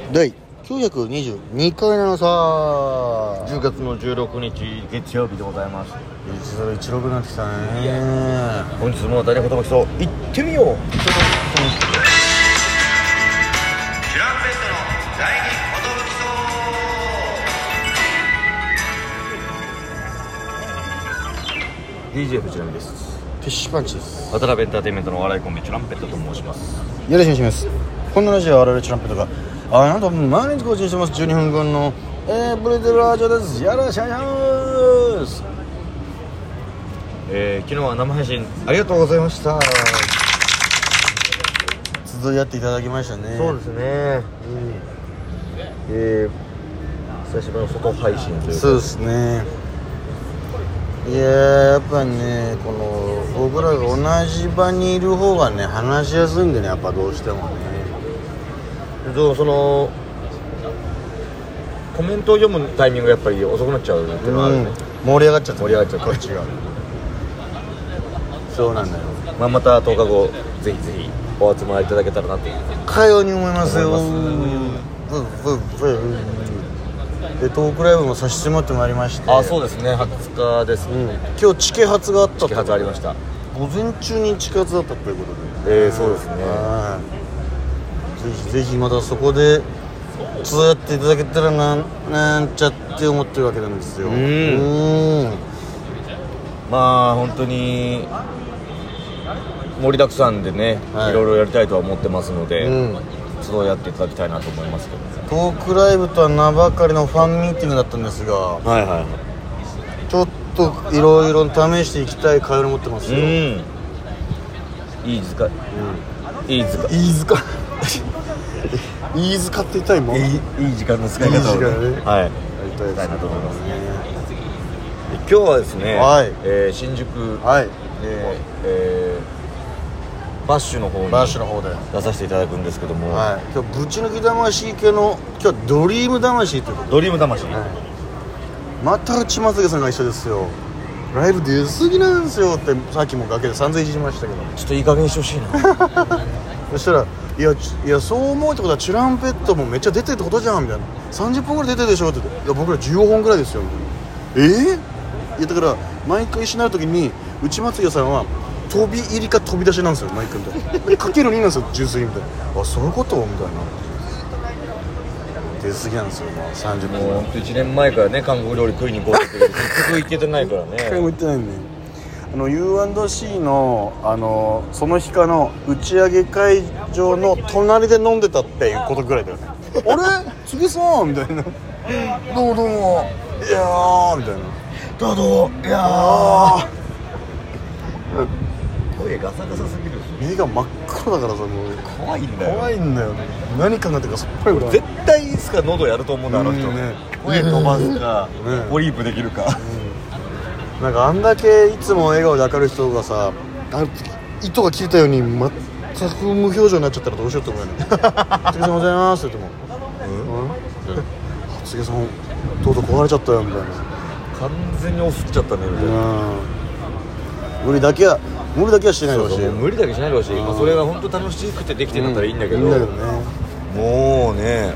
第922回なのさ。 10月の16日月曜日でございます。 16になってきたね。 本日も大学ともきそう行ってみよう。チュランペットの第二寿 DJ 藤波です。 ティッシュパンチです。 渡辺エンターテインメントのお笑いコンビチュランペットと申します。 よろしくお願いします。このラジオは我々チュランペットがあなた毎日更新してます12分間のブレてるラジオです。よろしくお願いします。 昨日は生配信ありがとうございました。 続いやっていただきましたね。 そうですね、久しぶりの外配信というか。 そうですね。いややっぱりね、この僕らが同じ場にいる方がね話しやすいんでね、やっぱどうしてもね。 そのコメントを読むタイミングがやっぱり遅くなっちゃうっていうのはあるね。 盛り上がっちゃった、 盛り上がっちゃうこっちがそうなんだよ。 また10日後ぜひぜひお集まりいただけたらなとかように思いますよ。でトークライブも差し迫ってまいりまして。 あ、そうですね、20日です、 今日チケ発があったチケ発ありました。 午前中にチケ発だったということで、 そうですね。 ぜひぜひまたそこでそうやっていただけたらなんちゃって思ってるわけなんですよ。 まあ本当に盛りだくさんでね、いろいろやりたいとは思ってますので、そうやっていただきたいなと思いますけど、 トークライブとは名ばかりのファンミーティングだったんですが、ちょっといろいろ試していきたい会話を持ってますよ。 いい図か、いい図か、 飯塚飯塚って言いたいもん。 いい時間の使い方をね、やりたいなと思いますね。今日はですね、新宿で、バッシュの方で出させていただくんですけども、 今日ぶち抜き魂系の、今日はドリーム魂ということで、 ドリーム魂、 また内松毛さんが一緒ですよ。ライブ出過ぎなんですよってさっきも崖で散々いじりましたけど、 ちょっといい加減にしてほしいなそしたらいやそう思うってことはチュランペットもめっちゃ出てるってことじゃんみたいな、30本ぐらい出てるでしょって言って、いや僕ら15本ぐらいですよみたいな。いやだから毎回一緒になるときに内松毛さんは飛び入りか飛び出しなんですよ、マイクみたいな。かける2なんですよ、純粋にみたいな。あ、そういうことみたいな。出過ぎなんですよ、30分。 もう1年前からね、韓国料理食いに行こうって言って結局行けてないからね。 一回も行ってないんで、U&C のその日かの打ち上げ会場の隣で飲んでたっていうことぐらいだよね。あれ次さんみたいな、どうもいやーみたいな、どういやー声ガサガサすぎる。 目が真っ黒だからさ、もう怖いんだよ。 怖いんだよね。何考えてるかさっぱり絶対いつか喉やると思うんだ、あの人ね。声飛ばすか、ポリープできるか。 なんかあんだけいつも笑顔で明るい人がさ、糸が切れたように全く無表情になっちゃったらどうしようと思うよね。「杉さんおはようございます」って言っても「杉さんとうとう壊れちゃったよ」みたいな。 完全に押すっちゃったねみたいな。 無理だけはしてないでほしい。 無理だけしないでほしい。それが本当楽しくてできてんだったらいいんだけど、もうね、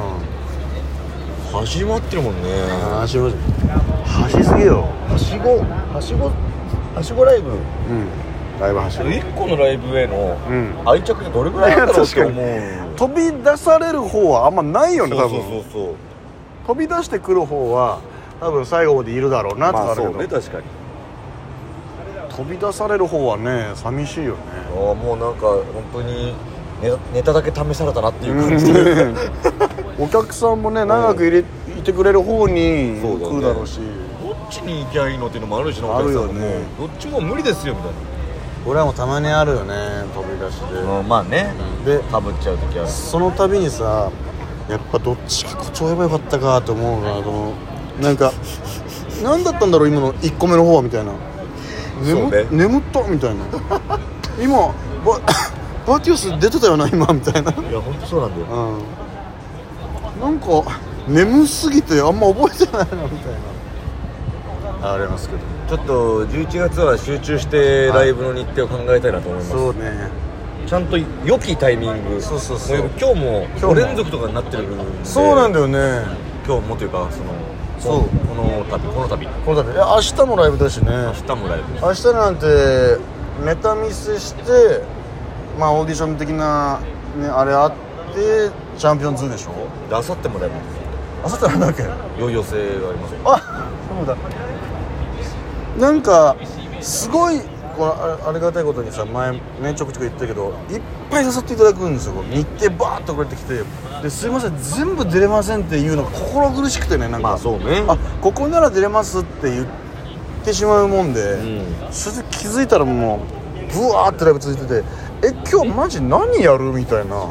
始まってるもんね。 走りすぎよ。 はしごライブ、 ライブはしご。 1個のライブへの愛着ってどれぐらいあるだろうって思う。 飛び出される方はあんまないよね、多分。 そう飛び出してくる方は多分最後までいるだろうなってあるけど、 そうね、確かに飛び出される方はね、寂しいよね。 もうなんか本当にネタだけ試されたなっていう感じで、 お客さんもね、長くいてくれる方に来るだろうし、 どっちに行きゃいいのっていうのもあるしな、お客さんもね、どっちも無理ですよみたいな。 俺はもうたまにあるよね、飛び出しで。 まあね、 でかぶっちゃう時はその度にさ、やっぱどっちかこっちを言えばよかったかと思うな。なんか何だったんだろう今の1個目の方はみたいな。眠ったみたいな。今バティオス出てたよな今みたいな。いや本当そうなんだよ。 なんか眠すぎてあんま覚えてないなみたいなありますけど、 ちょっと11月は集中してライブの日程を考えたいなと思います。 そうね。 ちゃんと良きタイミング。 そうそうそう。 もう今日も5連続とかになってるんで。 そうなんだよね。 今日もというかそうこの度明日もライブだしね。 明日もライブ。 明日なんてネタ見せして、まあオーディション的なねあれあってチャンピオンズでしょ。 で明後日もライブです。 明後日なんだっけ。 良い寄せがありますよ。 あ、そうだ。なんかすごいこれありがたいことにさ、前ねちょくちょく言ったけどいっぱい誘っていただくんですよ。日程バーッと送られてきて、ですいません全部出れませんっていうのが心苦しくてね、なんか、 まあそうね。 あ、ここなら出れますって言ってしまうもんで、それで気づいたらもうブワーってライブ続いてて、今日マジ何やるみたいな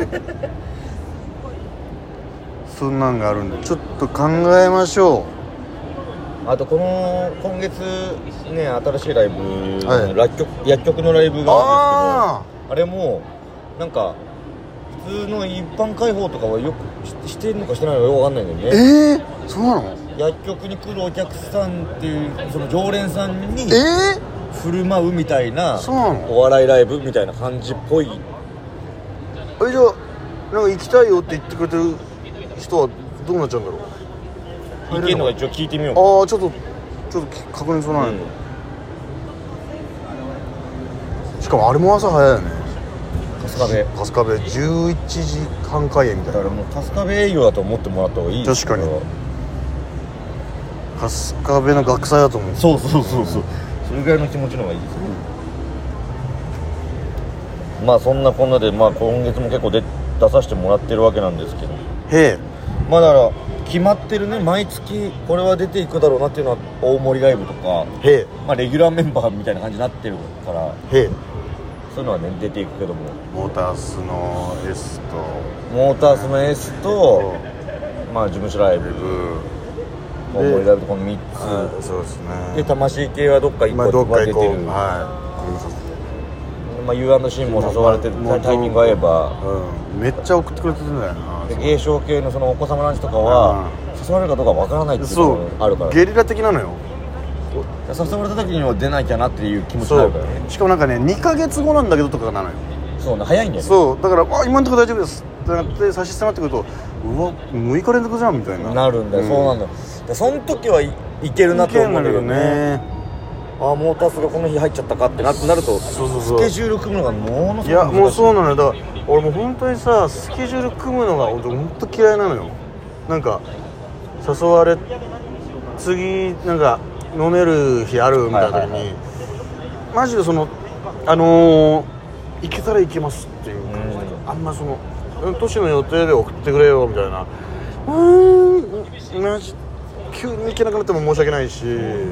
そんなんがあるんでちょっと考えましょう。 あと今月ね新しいライブ、 はい、 薬局のライブがあるんですけど、あれもなんか普通の一般開放とかはよくしてるのかしてないのかよくわかんないんだよね。 そうなの？ 薬局に来るお客さんっていうその常連さんに振る舞うみたいな、お笑いライブみたいな感じっぽい。 じゃあなんか行きたいよって言ってくれてる人はどうなっちゃうんだろう。 行けるのか一応聞いてみようか。 ああ、ちょっと確認するないと、しかもあれも朝早いよね。春日部11時半開演みたいな。 だからもう春日部営業だと思ってもらった方がいい。 確かに春日部の学祭だと思う。 そうそれぐらいの気持ちの方がいいですね、まあそんなこんなで、まあ、今月も結構出させてもらってるわけなんですけど、まあだから決まってるね、毎月これは出ていくだろうなっていうのは大盛りライブとか、まあレギュラーメンバーみたいな感じになってるから、そういうのはね出ていくけども、 モータースの S とまあ事務所ライブ、大盛りライブとこの3つ、 そうですね。 で魂系はどっか1個は出てる、まあ U&C も誘われてるタイミングが合えば、 めっちゃ送ってくれてるんだよな。 で芸商系のそのお子様ランチとかは誘われるかどうかわからないっていうのがあるから、 ゲリラ的なのよ。 誘われた時には出なきゃなっていう気持ちになるからね。 しかもなんかね2ヶ月後なんだけどとかなのよ。 そうね、早いんだよね。 そうだから今のところ大丈夫ですってなって差し迫ってくると、うわ6日連続じゃんみたいなるんだよ、そうなんだよ。その時はいけるなと思うんだけどね。モータースがこの日入っちゃったかってなると、スケジュール組むのがものすごく難しい。いやもうそうなのよ。だから俺もう本当にさスケジュール組むのが本当嫌いなのよ。なんか誘われ次なんか飲める日あるみたいな時に、マジで行けたら行けますっていう感じで、あんま都市の予定で送ってくれよみたいな、マジ急に行けなくなっても申し訳ないし、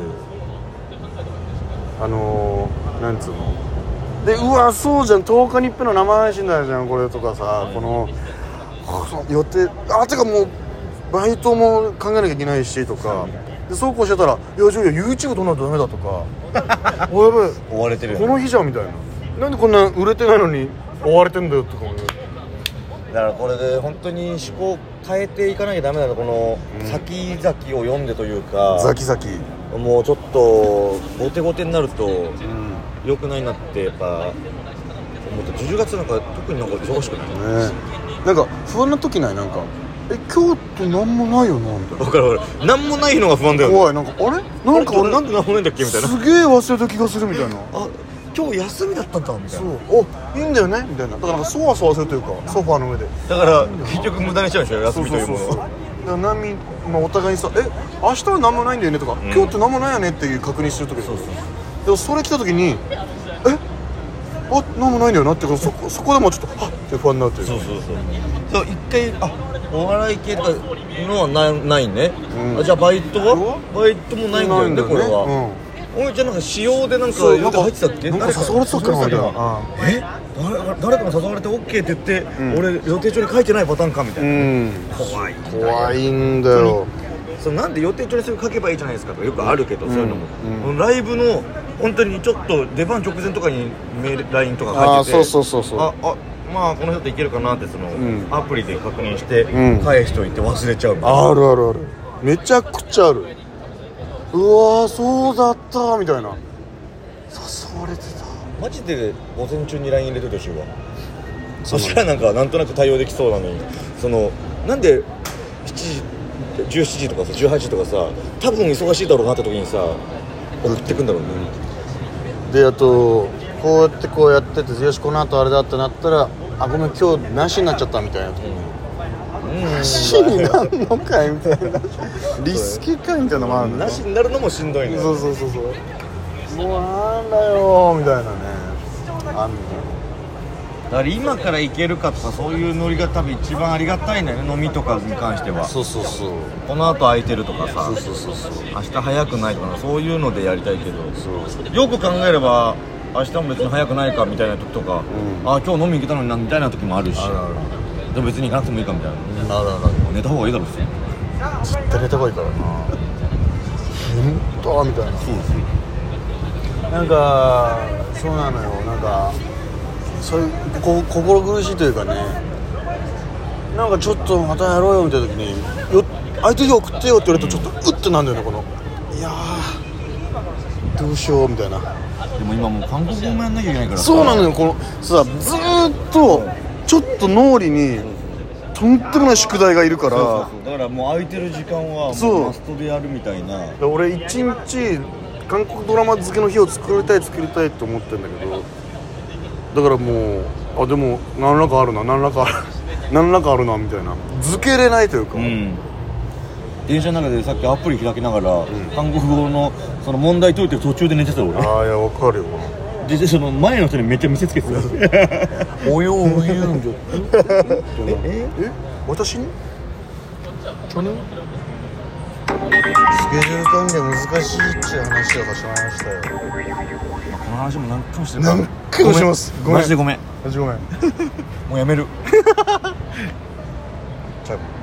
なんつうので、うわそうじゃん10日に一遍の生配信だじゃんこれとかさ、この予定てかもうバイトも考えなきゃいけないしとかで、そうこうしてたらいやYouTube どうなるとダメだとかおやばい追われてるよ、 この日じゃんみたいな、なんでこんな売れてないのに追われてんだよとかもね。 だからこれで本当に思考変えていかなきゃダメだな、この先々を読んでというか、もうちょっと後手後手になると良くないなってやっぱ思って、10月なんか特になんか忙しくないね。 なんか不安な時ない？なんか今日って何もないよなみたいな。 分かる何もないのが不安だよね。 怖い。なんかあれなんか俺なんで何もないんだっけみたいな、 すげえ忘れた気がするみたいな今日休みだったんだみたいな。 いいんだよねみたいな。だからなんかそわそわするというか、ソファーの上でだから結局無駄にしちゃうんでしょ、休みというものを。 だからお互いにさ明日は何もないんだよねとか、今日って何もないよねっていう確認するときでもそれ来たときに何もないんだよなってそこでもちょっとはっって不安になるというか。 そう一回お笑い系とかのはないね、じゃあバイトもないんだよねこれは。おいちゃんなんか仕様でなんか予定入ってたっけ？ なんか誘われてたっけなみたいな。 誰かが誘われて OK って言って、俺予定帳に書いてないパターンかみたいな。 怖いんだよ。 なんで予定帳にすぐ書けばいいじゃないですかとかよくあるけど、そういうのもライブの本当にちょっと出番直前とかにLINE とか書いてて、まあこの人といけるかなってアプリで確認して返しといて忘れちゃうみたいな。 あるめちゃくちゃある。うわそうだったみたいな。誘われてた。 マジで午前中に LINE 入れてほしいわ。 そしたらなんかなんとなく対応できそうなのに、そのなんで7時17時とかさ18時とかさ、多分忙しいだろうなって時にさ送ってくんだろうね。 であとこうやってこうやってて、よしこの後あれだってなったら、あごめん今日なしになっちゃったみたいな、なしになるのかいみたいなリスケかいみたいなのもあるんだよ。 なしになるのもしんどいね。 そうもうなんだよみたいなね、あんの。 だから今から行けるかとかそういうノリが多分一番ありがたいんだよね、飲みとかに関しては。 そうこの後空いてるとかさ、 そう明日早くないとかそういうのでやりたいけど、 そうよく考えれば明日も別に早くないかみたいな時とか、あ今日飲みに行けたのになみたいな時もあるし、でも別に行かなくてもいいかみたいな、寝た方がいいだろうし、 絶対寝た方がいいからな本当みたいな。なんかそうなのよ、なんかそういう心苦しいというかね、なんかちょっとまたやろうよみたいな時に相手に送ってよって言われるとちょっとうってなんだよね、このいやーどうしようみたいな。 でも今もう韓国語もやんなきゃいけないからさ。 そうなのよ、このさずーっとちょっと脳裏にとんでもない宿題がいるから、 そうだからもう空いてる時間はもうマストでやるみたいな。 俺一日韓国ドラマ漬けの日を作りたいって思ってるんだけど、だからもうでも何らかあるなみたいな、漬けれないというか、 電車の中でさっきアプリ開きながら、韓国語のその問題解いてる途中で寝てた俺。 いや分かるよ。 でその前の人にめっちゃ見せつけてたおよみたいな私に去年スケジュール管理難しいっていう話を始まりましたよ。 この話も何回もしてる何回もします。 マジでごめんマジごめんもうやめるじゃあ